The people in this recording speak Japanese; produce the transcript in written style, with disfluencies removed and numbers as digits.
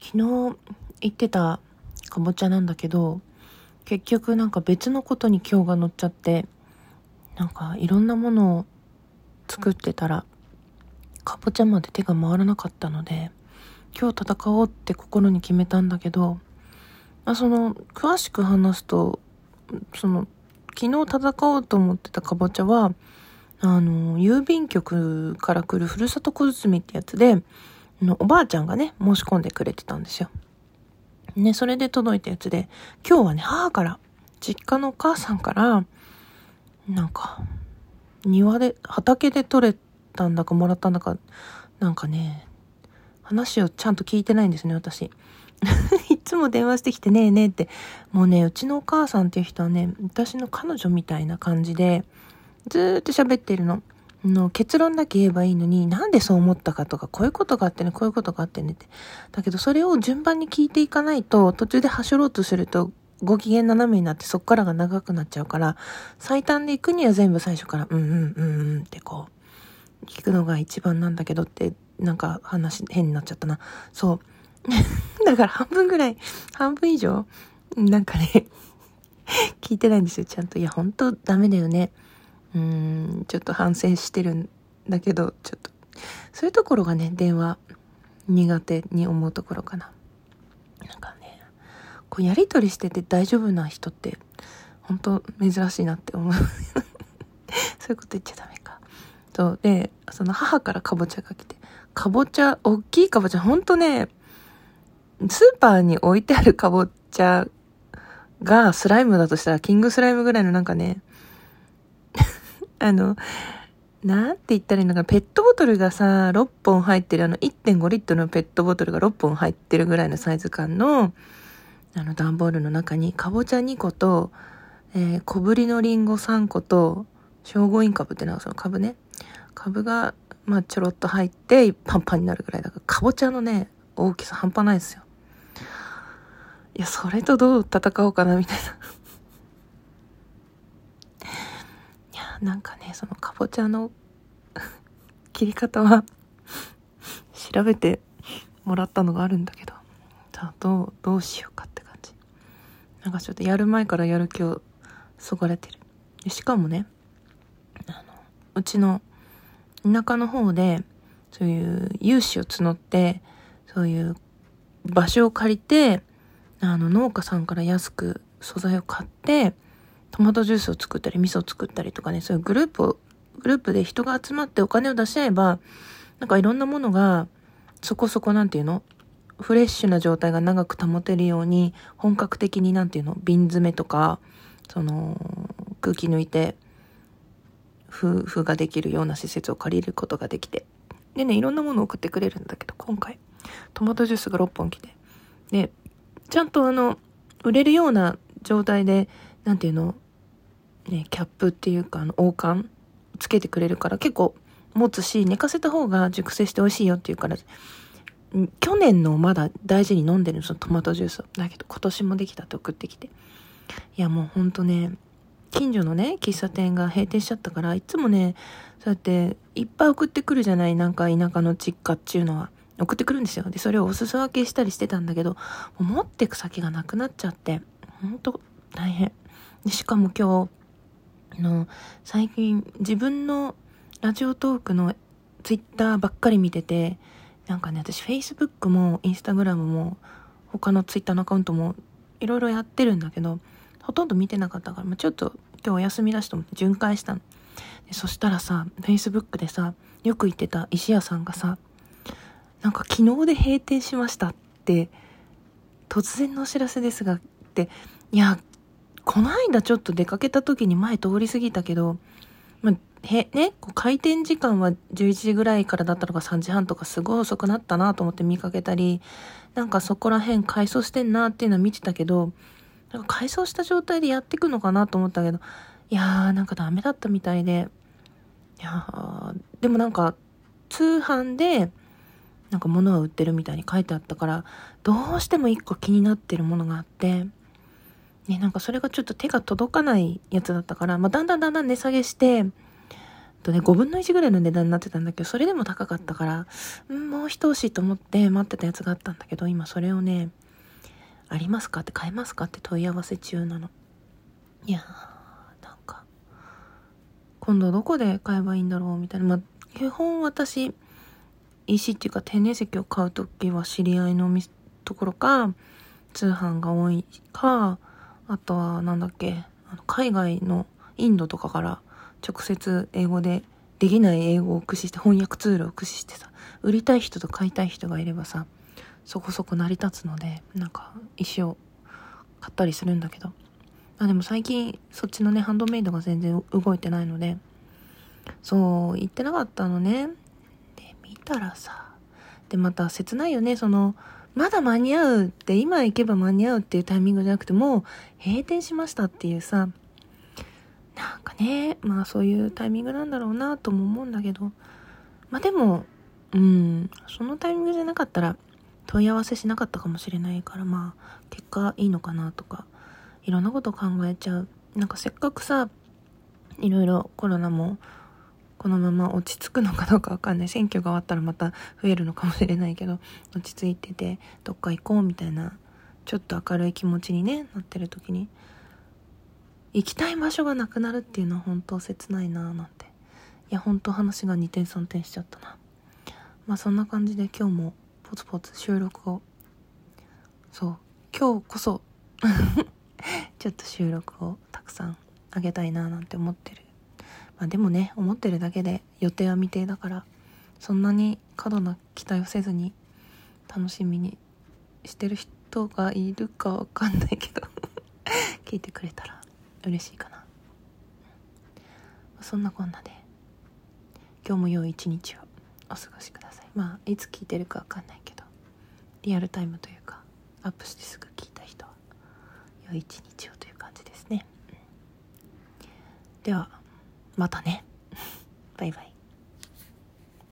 昨日言ってたかぼちゃなんだけど、結局なんか別のことに今日が乗っちゃって、なんかいろんなものを作ってたらかぼちゃまで手が回らなかったので、今日戦おうって心に決めたんだけど、詳しく話すと、昨日戦おうと思ってたかぼちゃは、郵便局から来るふるさと小包ってやつで、おばあちゃんがね、申し込んでくれてたんですよ。ね、それで届いたやつで、今日はね、実家のお母さんから、なんか、畑で採れたんだかもらったんだか、なんかね、話をちゃんと聞いてないんですね、私。いつも電話してきてねえねえって、もうね、うちのお母さんっていう人はね、私の彼女みたいな感じで、ずーっと喋ってるの。結論だけ言えばいいのに、なんでそう思ったかとか、こういうことがあってね、こういうことがあってねって。だけどそれを順番に聞いていかないと、途中ではしょろうとすると、ご機嫌斜めになってそっからが長くなっちゃうから、最短で行くには全部最初から、ってこう、聞くのが一番なんだけどって、なんか話変になっちゃったな。そう。だから半分以上、なんかね、聞いてないんですよ、ちゃんと。いや、ほんとダメだよね。ちょっと反省してるんだけど、ちょっと、そういうところがね、電話苦手に思うところかな。なんかね、こうやりとりしてて大丈夫な人って、本当珍しいなって思う。そういうこと言っちゃダメか。そう、で、その母からかぼちゃが来て、大きいかぼちゃ、ほんとね、スーパーに置いてあるかぼちゃがスライムだとしたら、キングスライムぐらいのなんかね、なんて言ったらいいのかな、ペットボトルがさ、6本入ってる1.5 リットルのペットボトルが6本入ってるぐらいのサイズ感の、段ボールの中に、かぼちゃ2個と、小ぶりのリンゴ3個と、聖護院株ってのはその株ね。株が、まあちょろっと入って、パンパンになるぐらいだから、かぼちゃのね、大きさ半端ないですよ。いや、それとどう戦おうかな、みたいな。いや、なんかね、そのかぼちゃの切り方は調べてもらったのがあるんだけど、さあどうしようかって感じ。なんかちょっとやる前からやる気をそがれてる。でしかもね、うちの田舎の方でそういう有志を募って、そういう場所を借りて、農家さんから安く素材を買ってトマトジュースを作ったり味噌を作ったりとかね、そういうグループで人が集まってお金を出し合えば、なんかいろんなものがそこそこなんていうの、フレッシュな状態が長く保てるように、本格的になんていうの、瓶詰めとか、空気抜いて風ができるような施設を借りることができて、でね、いろんなものを送ってくれるんだけど、今回トマトジュースが6本来て、でちゃんと売れるような状態で、なんていうのね、キャップっていうか王冠つけてくれるから結構持つし、寝かせた方が熟成して美味しいよっていうから、去年のまだ大事に飲んでるそのトマトジュースだけど、今年もできたって送ってきて、いやもうほんとね、近所のね喫茶店が閉店しちゃったから、いつもねそうやっていっぱい送ってくるじゃない、なんか田舎の実家っていうのは送ってくるんですよ。でそれをお裾分けしたりしてたんだけど、もう持ってく先がなくなっちゃって、ほんと大変で、しかも今日最近自分のラジオトークのツイッターばっかり見てて、なんかね、私 Facebook も Instagram も他のツイッターのアカウントもいろいろやってるんだけど、ほとんど見てなかったから、ちょっと今日お休みだしと思って巡回したの。でそしたらさ、Facebook でさ、よく言ってた石屋さんがさ、なんか昨日で閉店しましたって、突然のお知らせですがって、いや、この間ちょっと出かけた時に前通り過ぎたけど、開店時間は11時ぐらいからだったのが3時半とか、すごい遅くなったなと思って見かけたり、なんかそこら辺改装してんなっていうのは見てたけど、なんか改装した状態でやっていくのかなと思ったけど、いやーなんかダメだったみたいで、いやーでもなんか通販でなんか物は売ってるみたいに書いてあったから、どうしても一個気になってるものがあって、ね、なんかそれがちょっと手が届かないやつだったから、だんだん値下げして、 5分の1ぐらいの値段になってたんだけど、それでも高かったから、もう一押しと思って待ってたやつがあったんだけど、今それをね、ありますかって、買えますかって問い合わせ中なの。いやー、なんか、今度どこで買えばいいんだろうみたいな。基本私、石っていうか天然石を買うときは知り合いのところか、通販が多いか、あとはなんだっけ、海外のインドとかから直接英語でできない英語を駆使して翻訳ツールを駆使してさ、売りたい人と買いたい人がいればさ、そこそこ成り立つので、なんか石を買ったりするんだけど、でも最近そっちのねハンドメイドが全然動いてないので、そう言ってなかったのね。で見たらさ、でまた切ないよね。まだ間に合うって、今行けば間に合うっていうタイミングじゃなくて、もう閉店しましたっていうさ、なんかね、そういうタイミングなんだろうなとも思うんだけど、でもそのタイミングじゃなかったら問い合わせしなかったかもしれないから、結果いいのかなとか、いろんなこと考えちゃう。なんかせっかくさ、いろいろコロナもこのまま落ち着くのかどうかわかんない。選挙が終わったらまた増えるのかもしれないけど、落ち着いててどっか行こうみたいな、ちょっと明るい気持ちにねなってる時に、行きたい場所がなくなるっていうのは本当切ないななんて。いや本当話が2点3点しちゃったな。そんな感じで今日もポツポツ収録を、今日こそちょっと収録をたくさんあげたいななんて思ってる。でもね、思ってるだけで予定は未定だから、そんなに過度な期待をせずに楽しみにしてる人がいるかわかんないけど聞いてくれたら嬉しいかな。そんなこんなで今日も良い一日をお過ごしください。いつ聞いてるかわかんないけど、リアルタイムというかアップしてすぐ聞いた人は良い一日をという感じですね。ではまたね。バイバイ。